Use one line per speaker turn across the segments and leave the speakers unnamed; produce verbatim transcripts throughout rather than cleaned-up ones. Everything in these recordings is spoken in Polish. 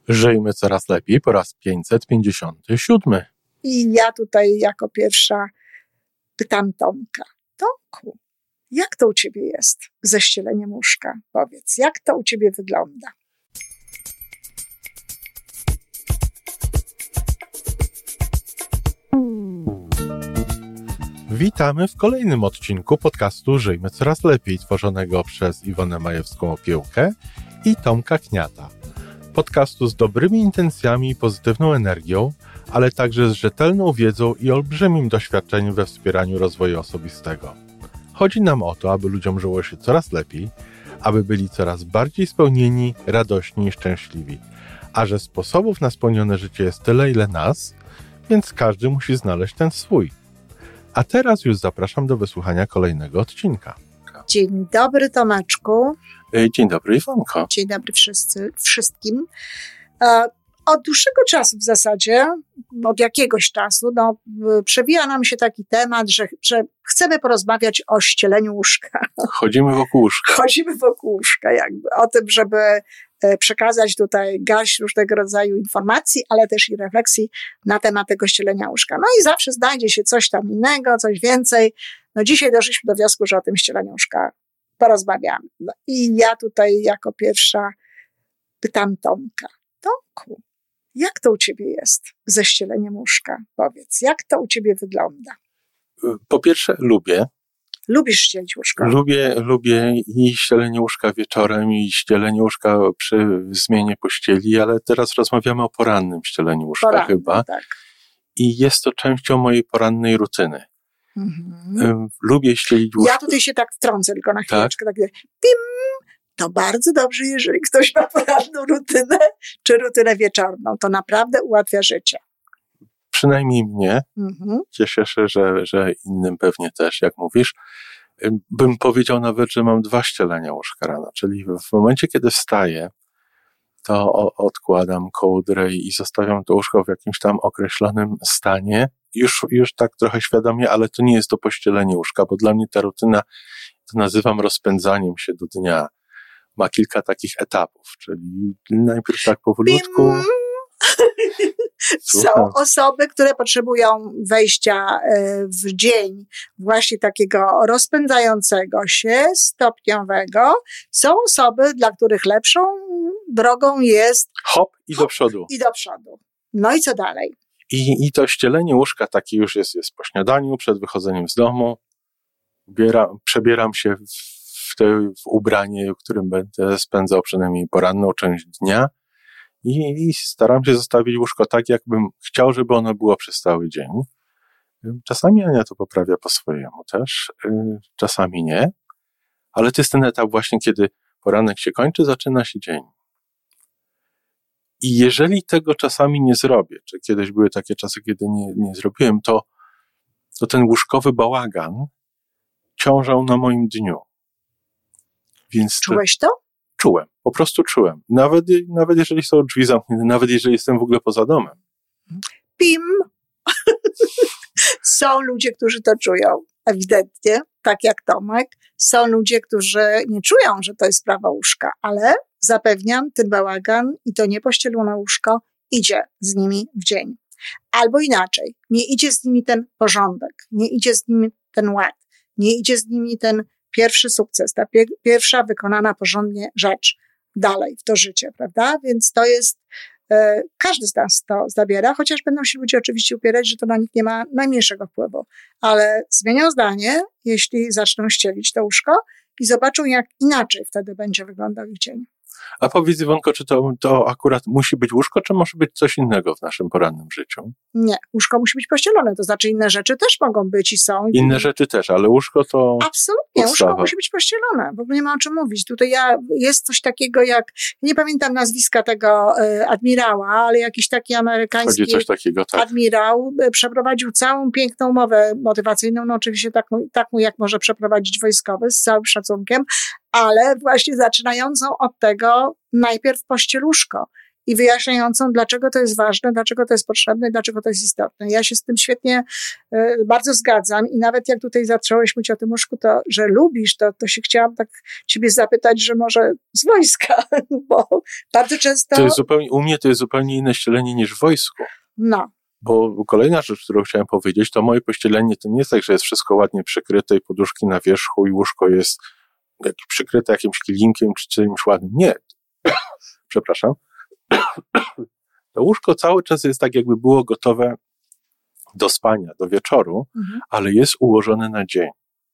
Żyjmy coraz lepiej po raz pięćset pięćdziesiąty siódmy.
I ja tutaj jako pierwsza pytam Tomka. Tomku, jak to u ciebie jest ze ścieleniem łóżka? Powiedz, jak to u ciebie wygląda?
Witamy w kolejnym odcinku podcastu Żyjmy coraz lepiej, tworzonego przez Iwonę Majewską-Opiełkę i Tomka Kniata. Podcastu z dobrymi intencjami i pozytywną energią, ale także z rzetelną wiedzą i olbrzymim doświadczeniem we wspieraniu rozwoju osobistego. Chodzi nam o to, aby ludziom żyło się coraz lepiej, aby byli coraz bardziej spełnieni, radośni i szczęśliwi. A że sposobów na spełnione życie jest tyle, ile nas, więc każdy musi znaleźć ten swój. A teraz już zapraszam do wysłuchania kolejnego odcinka.
Dzień dobry, Tomeczku.
Dzień dobry, Iwonko.
Dzień dobry wszyscy, wszystkim. Od dłuższego czasu w zasadzie, od jakiegoś czasu, no, przewija nam się taki temat, że, że chcemy porozmawiać o ścieleniu łóżka.
Chodzimy wokół łóżka.
Chodzimy wokół łóżka, jakby o tym, żeby przekazać tutaj garść różnego rodzaju informacji, ale też i refleksji na temat tego ścielenia łóżka. No i zawsze znajdzie się coś tam innego, coś więcej. No dzisiaj doszliśmy do wniosku, że o tym ścieleniu łóżka porozmawiamy. No i ja tutaj jako pierwsza pytam Tomka. Tomku, jak to u ciebie jest ze ścieleniem łóżka? Powiedz, jak to u ciebie wygląda?
Po pierwsze, lubię.
Lubisz ścielić łóżko?
Lubię, lubię i ścielenie łóżka wieczorem, i ścielenie łóżka przy zmianie pościeli, ale teraz rozmawiamy o porannym ścieleniu łóżka
Porannym,
chyba.
Tak.
I jest to częścią mojej porannej rutyny. Mhm. Lubię ścielić łóżko.
Ja tutaj się tak wtrącę tylko na chwileczkę. Tak? Tak, pim! To bardzo dobrze, jeżeli ktoś ma poranną rutynę, czy rutynę wieczorną. To naprawdę ułatwia życie.
Przynajmniej mnie.
Mhm.
Cieszę się, że, że innym pewnie też, jak mówisz. Bym powiedział nawet, że mam dwa ścielenia łóżka rano. Czyli w momencie, kiedy wstaję, to odkładam kołdrę i zostawiam to łóżko w jakimś tam określonym stanie. Już, już tak trochę świadomie, ale to nie jest to pościelenie łóżka, bo dla mnie ta rutyna, to nazywam rozpędzaniem się do dnia. Ma kilka takich etapów, czyli najpierw tak powolutku.
Są osoby, które potrzebują wejścia w dzień właśnie takiego rozpędzającego się, stopniowego. Są osoby, dla których lepszą drogą jest
hop i do przodu.
I do przodu. No i co dalej?
I, i to ścielenie łóżka takie już jest, jest po śniadaniu, przed wychodzeniem z domu. Ubieram, przebieram się w, w te w ubranie, w którym będę spędzał przynajmniej poranną część dnia. I, I staram się zostawić łóżko tak, jakbym chciał, żeby ono było przez cały dzień. Czasami Ania to poprawia po swojemu też, czasami nie, ale to jest ten etap właśnie, kiedy poranek się kończy, zaczyna się dzień. I jeżeli tego czasami nie zrobię, czy kiedyś były takie czasy, kiedy nie, nie zrobiłem, to, to ten łóżkowy bałagan ciążał na moim dniu. Więc
Czułeś to?
Czułem, po prostu czułem. Nawet, nawet jeżeli są drzwi zamknięte, nawet jeżeli jestem w ogóle poza domem.
Pim! Są ludzie, którzy to czują, ewidentnie, tak jak Tomek. Są ludzie, którzy nie czują, że to jest sprawa łóżka, ale zapewniam, ten bałagan i to niepościelone łóżko idzie z nimi w dzień. Albo inaczej, nie idzie z nimi ten porządek, nie idzie z nimi ten ład, nie idzie z nimi ten pierwszy sukces, ta pie- pierwsza wykonana porządnie rzecz dalej w to życie, prawda? Więc to jest, e, każdy z nas to zabiera, chociaż będą się ludzie oczywiście upierać, że to na nich nie ma najmniejszego wpływu. Ale zmienią zdanie, jeśli zaczną ścielić to łóżko i zobaczą, jak inaczej wtedy będzie wyglądał ich dzień.
A powiedz, Iwonko, czy to, to akurat musi być łóżko, czy może być coś innego w naszym porannym życiu?
Nie, łóżko musi być pościelone, to znaczy inne rzeczy też mogą być i są.
Inne rzeczy też, ale łóżko to
absolutnie,
podstawa.
Łóżko musi być pościelone, w ogóle nie ma o czym mówić. Tutaj ja, jest coś takiego jak, nie pamiętam nazwiska tego y, admirała, ale jakiś taki amerykański
coś takiego, tak.
admirał y, przeprowadził całą piękną mowę motywacyjną, no oczywiście taką, taką jak może przeprowadzić wojskowy, z całym szacunkiem, ale właśnie zaczynającą od tego najpierw pościel łóżko. i wyjaśniającą, dlaczego to jest ważne, dlaczego to jest potrzebne, dlaczego to jest istotne. Ja się z tym świetnie, y, bardzo zgadzam i nawet jak tutaj zacząłeś mówić o tym łóżku, to, że lubisz, to, to się chciałam tak ciebie zapytać, że może z wojska, bo bardzo często...
To jest zupełnie, u mnie to jest zupełnie inne ścielenie niż w wojsku.
No.
Bo kolejna rzecz, którą chciałem powiedzieć, to moje pościelenie to nie jest tak, że jest wszystko ładnie przykryte i poduszki na wierzchu i łóżko jest jak przykryte jakimś kilinkiem czy czymś ładnym. Nie. Przepraszam. To łóżko cały czas jest tak, jakby było gotowe do spania, do wieczoru, mhm. ale jest ułożone na dzień.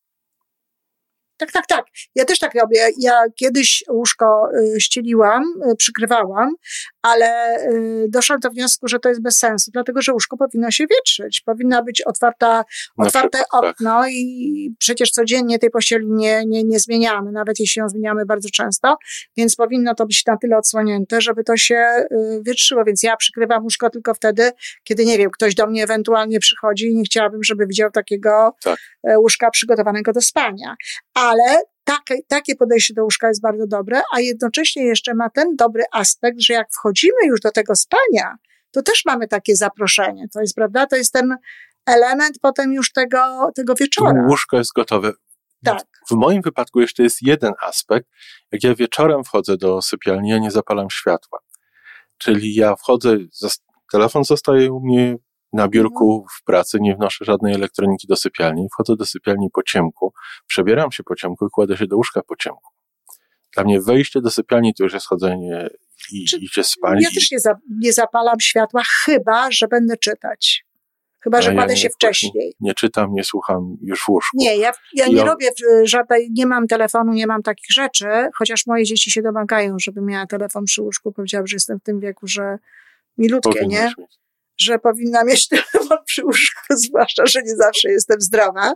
Tak, tak, tak. Ja też tak robię. Ja kiedyś łóżko y, ścieliłam, y, przykrywałam, ale y, doszłam do wniosku, że to jest bez sensu, dlatego że łóżko powinno się wietrzyć. Powinna być otwarta, otwarte przykład, okno tak. I przecież codziennie tej pościeli nie, nie, nie zmieniamy, nawet jeśli ją zmieniamy bardzo często, więc powinno to być na tyle odsłonięte, żeby to się y, wietrzyło. Więc ja przykrywam łóżko tylko wtedy, kiedy, nie wiem, ktoś do mnie ewentualnie przychodzi i nie chciałabym, żeby widział takiego tak. y, łóżka przygotowanego do spania. A Ale takie, takie podejście do łóżka jest bardzo dobre, a jednocześnie jeszcze ma ten dobry aspekt, że jak wchodzimy już do tego spania, to też mamy takie zaproszenie. To jest, prawda, to jest ten element potem już tego, tego wieczora.
Łóżko jest gotowe.
Tak.
W moim wypadku jeszcze jest jeden aspekt. Jak ja wieczorem wchodzę do sypialni, ja nie zapalam światła. Czyli ja wchodzę, telefon zostaje u mnie na biurku w pracy, nie wnoszę żadnej elektroniki do sypialni, wchodzę do sypialni po ciemku, przebieram się po ciemku i kładę się do łóżka po ciemku. Dla mnie wejście do sypialni to już jest chodzenie i Czy, idzie spać.
Ja też nie, za, nie zapalam światła, chyba że będę czytać. Chyba, że kładę się wcześniej.
Nie, nie czytam, nie słucham już w łóżku.
Nie, ja, ja nie ja... robię żadnej, nie mam telefonu, nie mam takich rzeczy, chociaż moje dzieci się domagają, żebym miała telefon przy łóżku. Powiedziałam, że jestem w tym wieku, że milutkie,
Powinnaś
nie?
mieć.
Że powinna mieć telefon przy łóżku, zwłaszcza, że nie zawsze jestem zdrowa.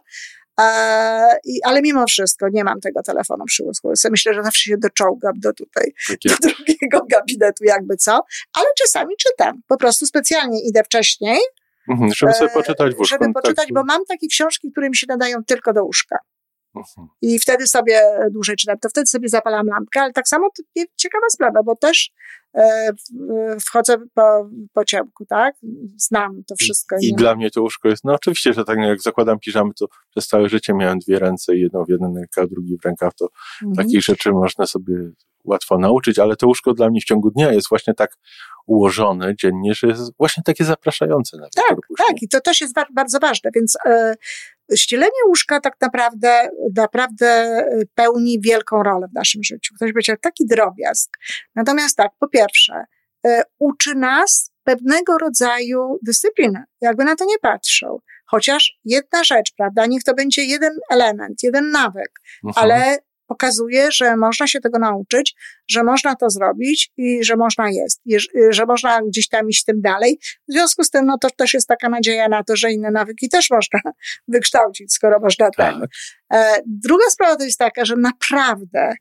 E, i, ale mimo wszystko nie mam tego telefonu przy łóżku. Myślę, że zawsze się doczołgam do tutaj, do drugiego gabinetu, jakby co. Ale czasami czytam. Po prostu specjalnie idę wcześniej.
Mhm, żeby sobie poczytać w łóżku.
Żeby poczytać, tak. Bo mam takie książki, które mi się nadają tylko do łóżka. Uh-huh. I wtedy sobie dłużej czytam, to wtedy sobie zapalam lampkę, ale tak samo to ciekawa sprawa, bo też e, wchodzę po, po ciemku, tak? Znam to wszystko.
I, i dla mnie to łóżko jest, no oczywiście, że tak jak zakładam piżamy, to przez całe życie miałem dwie ręce, jedną w jeden rękaw, drugi w rękaw, to uh-huh. takich rzeczy można sobie łatwo nauczyć, ale to łóżko dla mnie w ciągu dnia jest właśnie tak ułożone dziennie, że jest właśnie takie zapraszające. Na
tak, tak i to też jest bardzo ważne, więc e, ścielenie łóżka tak naprawdę, naprawdę pełni wielką rolę w naszym życiu. Ktoś będzie taki drobiazg. Natomiast tak, po pierwsze, e, uczy nas pewnego rodzaju dyscypliny, jakby na to nie patrzą. Chociaż jedna rzecz, prawda, niech to będzie jeden element, jeden nawyk, uh-huh. ale pokazuje, że można się tego nauczyć, że można to zrobić i że można jest, że można gdzieś tam iść tym dalej. W związku z tym, no to też jest taka nadzieja na to, że inne nawyki też można wykształcić, skoro można tak. tak. Druga sprawa to jest taka, że naprawdę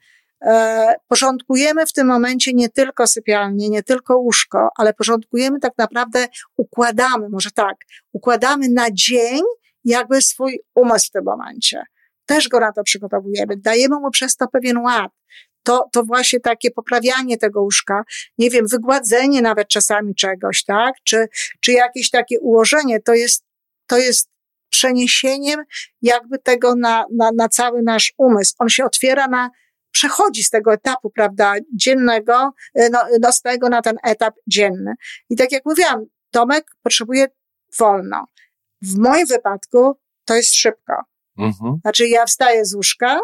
e, porządkujemy w tym momencie nie tylko sypialnię, nie tylko łóżko, ale porządkujemy tak naprawdę, układamy, może tak, układamy na dzień jakby swój umysł w tym momencie. Też go na to przygotowujemy, dajemy mu przez to pewien ład. To, to właśnie takie poprawianie tego łóżka, nie wiem, wygładzenie nawet czasami czegoś, tak? Czy, czy jakieś takie ułożenie, to jest, to jest przeniesieniem jakby tego na, na, na cały nasz umysł. On się otwiera na, przechodzi z tego etapu, prawda, dziennego, no, nocnego na ten etap dzienny. I tak jak mówiłam, Tomek potrzebuje wolno. W moim wypadku to jest szybko. Mhm. Znaczy ja wstaję z łóżka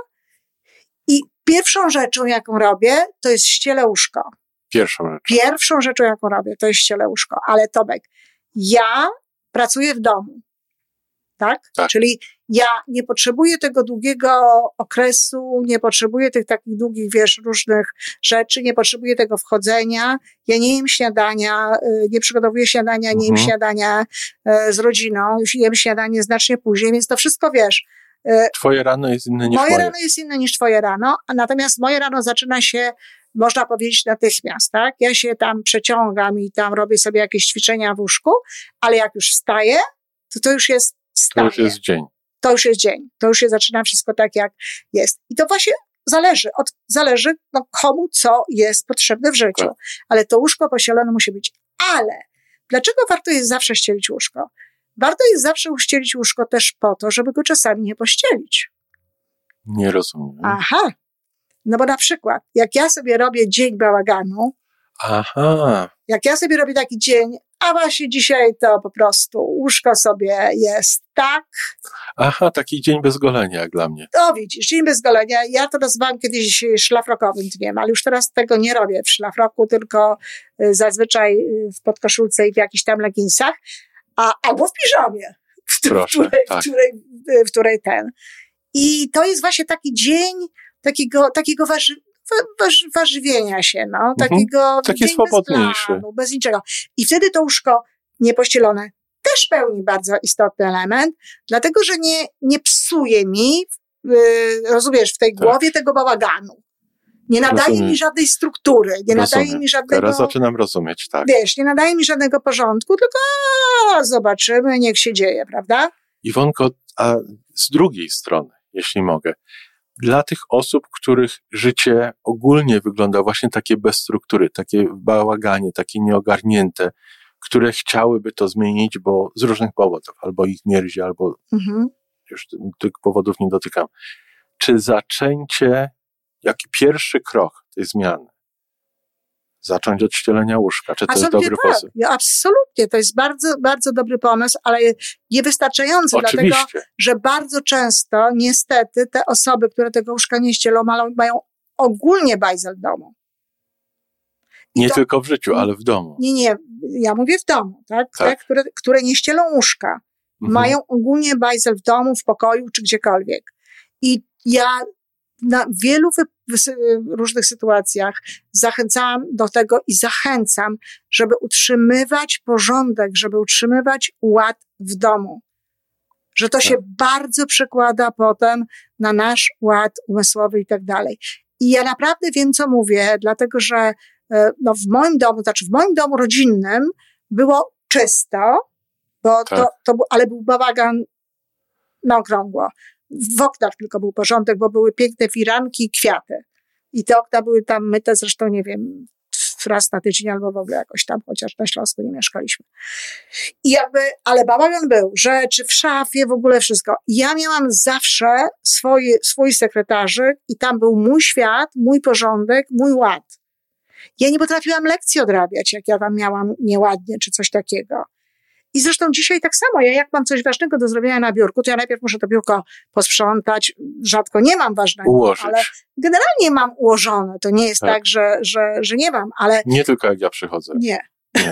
i pierwszą rzeczą, jaką robię, to jest ścielę łóżko.
Pierwszą rzeczą.
Pierwszą rzeczą, jaką robię, to jest ścielę łóżko. Ale Tomek, ja pracuję w domu, tak? tak? Czyli ja nie potrzebuję tego długiego okresu, nie potrzebuję tych takich długich, wiesz, różnych rzeczy, nie potrzebuję tego wchodzenia. Ja nie jem śniadania, nie przygotowuję śniadania, nie jem mhm. śniadania z rodziną, już jem śniadanie znacznie później, więc to wszystko, wiesz.
Twoje rano jest inne niż moje.
Moje rano jest inne niż twoje rano, a natomiast moje rano zaczyna się, można powiedzieć, natychmiast, tak? Ja się tam przeciągam i tam robię sobie jakieś ćwiczenia w łóżku, ale jak już wstaję, to to już jest wstaje.
To już jest dzień.
To już jest dzień. To już się zaczyna wszystko tak, jak jest. I to właśnie zależy, od, zależy no, komu co jest potrzebne w życiu.
Tak.
Ale to łóżko pościelone musi być. Ale dlaczego warto jest zawsze ścielić łóżko? Warto jest zawsze uścielić łóżko też po to, żeby go czasami nie pościelić.
Nie rozumiem.
Aha. No bo na przykład, jak ja sobie robię dzień bałaganu,
Aha.
jak ja sobie robię taki dzień, a właśnie dzisiaj to po prostu łóżko sobie jest tak.
Aha, taki dzień bez golenia jak dla mnie.
O widzisz, dzień bez golenia. Ja to nazywałam kiedyś szlafrokowym dniem, ale już teraz tego nie robię w szlafroku, tylko zazwyczaj w podkoszulce i w jakichś tam leginsach, a, albo w piżamie, w,
Proszę,
której,
tak.
w, której, w której ten. I to jest właśnie taki dzień takiego, takiego warzy, warzy, warzywienia się, no, takiego
mhm. Taki swobodniejszy.
Bez planu, bez niczego. I wtedy to łóżko niepościelone też pełni bardzo istotny element, dlatego, że nie, nie psuje mi, yy, rozumiesz, w tej
tak.
głowie tego bałaganu. Nie nadaje
Rozumiem.
mi żadnej struktury, nie
Rozumiem.
nadaje mi żadnego...
Teraz zaczynam rozumieć, tak.
Wiesz, nie nadaje mi żadnego porządku, tylko a, zobaczymy, niech się dzieje, prawda?
Iwonko, a z drugiej strony, jeśli mogę, dla tych osób, których życie ogólnie wygląda właśnie takie bez struktury, takie w bałaganie, takie nieogarnięte, które chciałyby to zmienić, bo z różnych powodów, albo ich mierzi, albo
Mhm.
już tych powodów nie dotykam. Czy zaczęcie, jaki pierwszy krok tej zmiany? Zacząć od ścielenia łóżka. Czy to jest dobry
tak.
pomysł?
Ja, absolutnie, to jest bardzo, bardzo dobry pomysł, ale niewystarczający,
Oczywiście.
dlatego, że bardzo często, niestety, te osoby, które tego łóżka nie ścielą, mają, mają ogólnie bajzel w domu. I
nie
to,
tylko w życiu, ale w domu.
Nie, nie, ja mówię w domu, tak?
tak.
Te, które, które nie ścielą łóżka,
Mhm.
mają ogólnie bajzel w domu, w pokoju czy gdziekolwiek. I ja na wielu wy, wy, różnych sytuacjach zachęcałam do tego i zachęcam, żeby utrzymywać porządek, żeby utrzymywać ład w domu. Że to
tak.
się bardzo przekłada potem na nasz ład umysłowy i tak dalej. I ja naprawdę wiem, co mówię, dlatego że no, w moim domu, znaczy w moim domu rodzinnym było czysto, bo
tak.
to, to był, ale był bałagan na okrągło. W oknach tylko był porządek, bo były piękne firanki i kwiaty. I te okna były tam myte, zresztą nie wiem, raz na tydzień albo w ogóle jakoś tam, chociaż na Śląsku nie mieszkaliśmy. I jakby, ale bałagan był, rzeczy w szafie, w ogóle wszystko. I ja miałam zawsze swoje, swój sekretarzyk i tam był mój świat, mój porządek, mój ład. Ja nie potrafiłam lekcji odrabiać, jak ja tam miałam nieładnie, czy coś takiego. I zresztą dzisiaj tak samo, ja jak mam coś ważnego do zrobienia na biurku, to ja najpierw muszę to biurko posprzątać, rzadko nie mam ważnego,
ułożyć.
Ale generalnie mam ułożone, to nie jest tak,
tak
że, że, że nie mam, ale...
Nie tylko jak ja przychodzę.
Nie.
nie.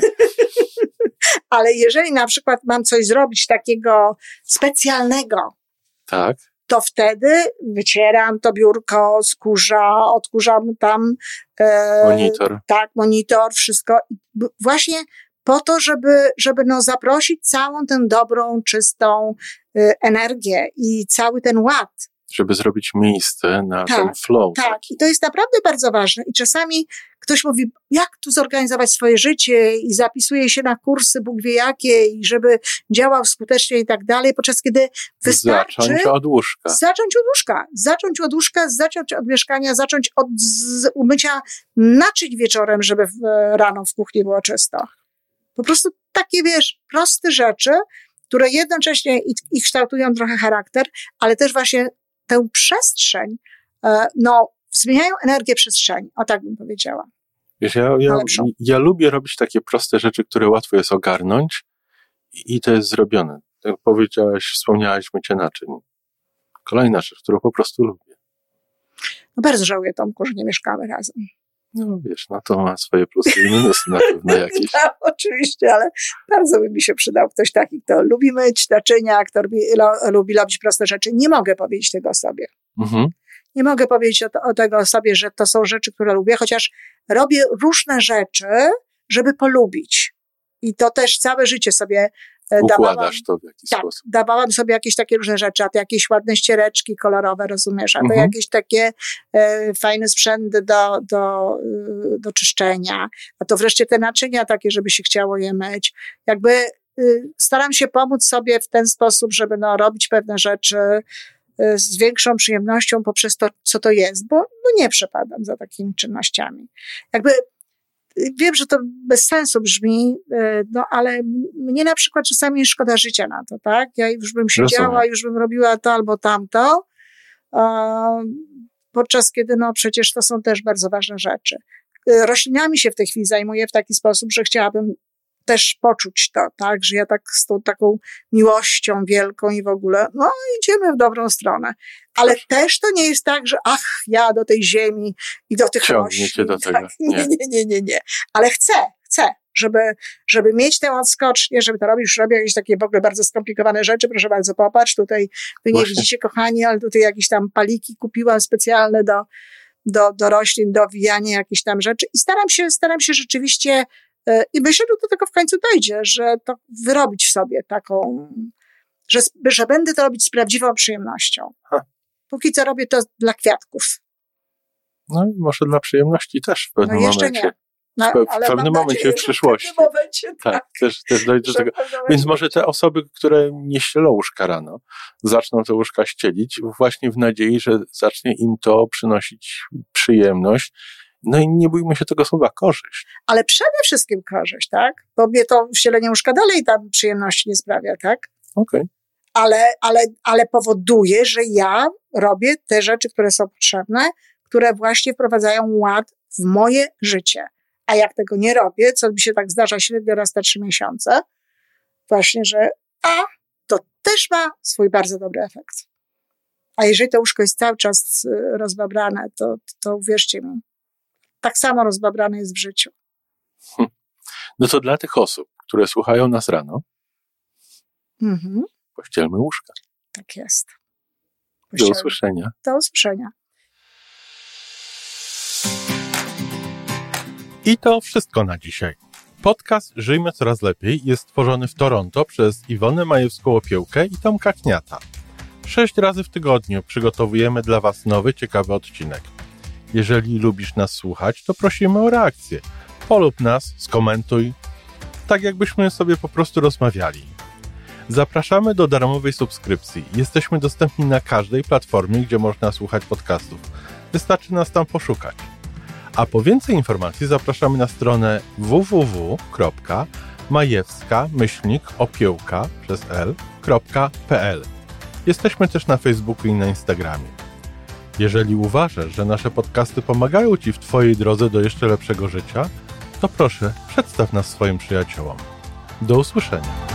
Ale jeżeli na przykład mam coś zrobić takiego specjalnego,
tak.
to wtedy wycieram to biurko z kurza, odkurzam tam... E,
monitor.
Tak, monitor, wszystko. Właśnie po to, żeby, żeby no zaprosić całą tę dobrą, czystą y, energię i cały ten ład.
Żeby zrobić miejsce na
tak,
ten flow.
Tak, i to jest naprawdę bardzo ważne. I czasami ktoś mówi, jak tu zorganizować swoje życie i zapisuje się na kursy, Bóg wie jakie, i żeby działał skutecznie i tak dalej, podczas kiedy wystarczy...
Zacząć od łóżka.
Zacząć od łóżka. Zacząć od łóżka, zacząć od mieszkania, zacząć od z umycia naczyń wieczorem, żeby w, rano w kuchni było czysto. Po prostu takie, wiesz, proste rzeczy, które jednocześnie i, i kształtują trochę charakter, ale też właśnie tę przestrzeń, no, zmieniają energię przestrzeni. O tak bym powiedziała.
Wiesz, ja, ja, ja lubię robić takie proste rzeczy, które łatwo jest ogarnąć i, i to jest zrobione. Jak powiedziałaś, wspomniałaś mycie naczyń. Kolejna rzecz, którą po prostu lubię.
No bardzo żałuję, Tomku, że nie mieszkamy razem.
No wiesz, no to ma swoje plusy i minusy na pewno jakieś.
No, oczywiście, ale bardzo by mi się przydał ktoś taki, kto lubi myć naczynia, kto lubi, lo, lubi robić proste rzeczy. Nie mogę powiedzieć tego o sobie.
Mhm.
Nie mogę powiedzieć o, o tego o sobie, że to są rzeczy, które lubię, chociaż robię różne rzeczy, żeby polubić. I to też całe życie sobie
układasz
dawałam,
to w jakiś
tak,
sposób.
dawałam sobie jakieś takie różne rzeczy, a to jakieś ładne ściereczki kolorowe, rozumiesz, a to
mhm.
jakieś takie e, fajne sprzęty do, do, do czyszczenia, a to wreszcie te naczynia takie, żeby się chciało je myć. Jakby y, staram się pomóc sobie w ten sposób, żeby no, robić pewne rzeczy z większą przyjemnością poprzez to, co to jest, bo no nie przepadam za takimi czynnościami. Jakby wiem, że to bez sensu brzmi, no ale mnie na przykład czasami szkoda życia na to, tak? Ja już bym siedziała,
Rozumiem.
już bym robiła to albo tamto, podczas kiedy no przecież to są też bardzo ważne rzeczy. Roślinami się w tej chwili zajmuję w taki sposób, że chciałabym też poczuć to, tak, że ja tak z tą taką miłością wielką i w ogóle, no idziemy w dobrą stronę. Ale też to nie jest tak, że ach, ja do tej ziemi i do tych
Ciągnie
roślin.
cię do tego.
Tak, nie, nie, nie, nie, nie. Ale chcę, chcę, żeby, żeby mieć tę odskocznię, żeby to robić, już robię jakieś takie w ogóle bardzo skomplikowane rzeczy, proszę bardzo, popatrz, tutaj, wy nie
Właśnie.
widzicie, kochani, ale tutaj jakieś tam paliki kupiłam specjalne do, do, do roślin, do owijania jakichś tam rzeczy i staram się, staram się rzeczywiście i myślę, że do tego w końcu dojdzie, że to wyrobić w sobie taką, że, że będę to robić z prawdziwą przyjemnością.
Ha.
Póki co robię to dla kwiatków.
No i może dla przyjemności też w pewnym
No jeszcze
momencie.
nie. No,
w,
ale
w pewnym
mam
momencie
nadzieję,
w przyszłości.
W pewnym momencie, tak.
Tak, też, też dojdzie do
Że
tego.
w pewnym
Więc
momencie-
może te osoby, które nie ścielą łóżka rano, zaczną te łóżka ścielić właśnie w nadziei, że zacznie im to przynosić przyjemność. No i nie bójmy się tego słowa korzyść.
Ale przede wszystkim korzyść, tak? Bo mnie to wcielenie łóżka dalej tam przyjemności nie sprawia, tak?
Okej.
Ale, ale, ale powoduje, że ja robię te rzeczy, które są potrzebne, które właśnie wprowadzają ład w moje życie. A jak tego nie robię, co mi się tak zdarza średnio raz na trzy miesiące, właśnie, że a, to też ma swój bardzo dobry efekt. A jeżeli to łóżko jest cały czas y, rozbabrane, to, to uwierzcie mi, tak samo rozbabrane jest w życiu.
No to dla tych osób, które słuchają nas rano,
Mhm,
pościelmy łóżka.
tak jest.
Do
Pościelmy.
usłyszenia.
Do usłyszenia.
I to wszystko na dzisiaj. Podcast Żyjmy Coraz Lepiej jest stworzony w Toronto przez Iwonę Majewską-Opiełkę i Tomka Kniata. Sześć razy w tygodniu przygotowujemy dla Was nowy, ciekawy odcinek. Jeżeli lubisz nas słuchać, to prosimy o reakcję. Polub nas, skomentuj, tak jakbyśmy sobie po prostu rozmawiali. Zapraszamy do darmowej subskrypcji. Jesteśmy dostępni na każdej platformie, gdzie można słuchać podcastów. Wystarczy nas tam poszukać. A po więcej informacji zapraszamy na stronę w w w kropka majewska myślnik opiełka przez l kropka p l. Jesteśmy też na Facebooku i na Instagramie. Jeżeli uważasz, że nasze podcasty pomagają Ci w Twojej drodze do jeszcze lepszego życia, to proszę, przedstaw nas swoim przyjaciołom. Do usłyszenia.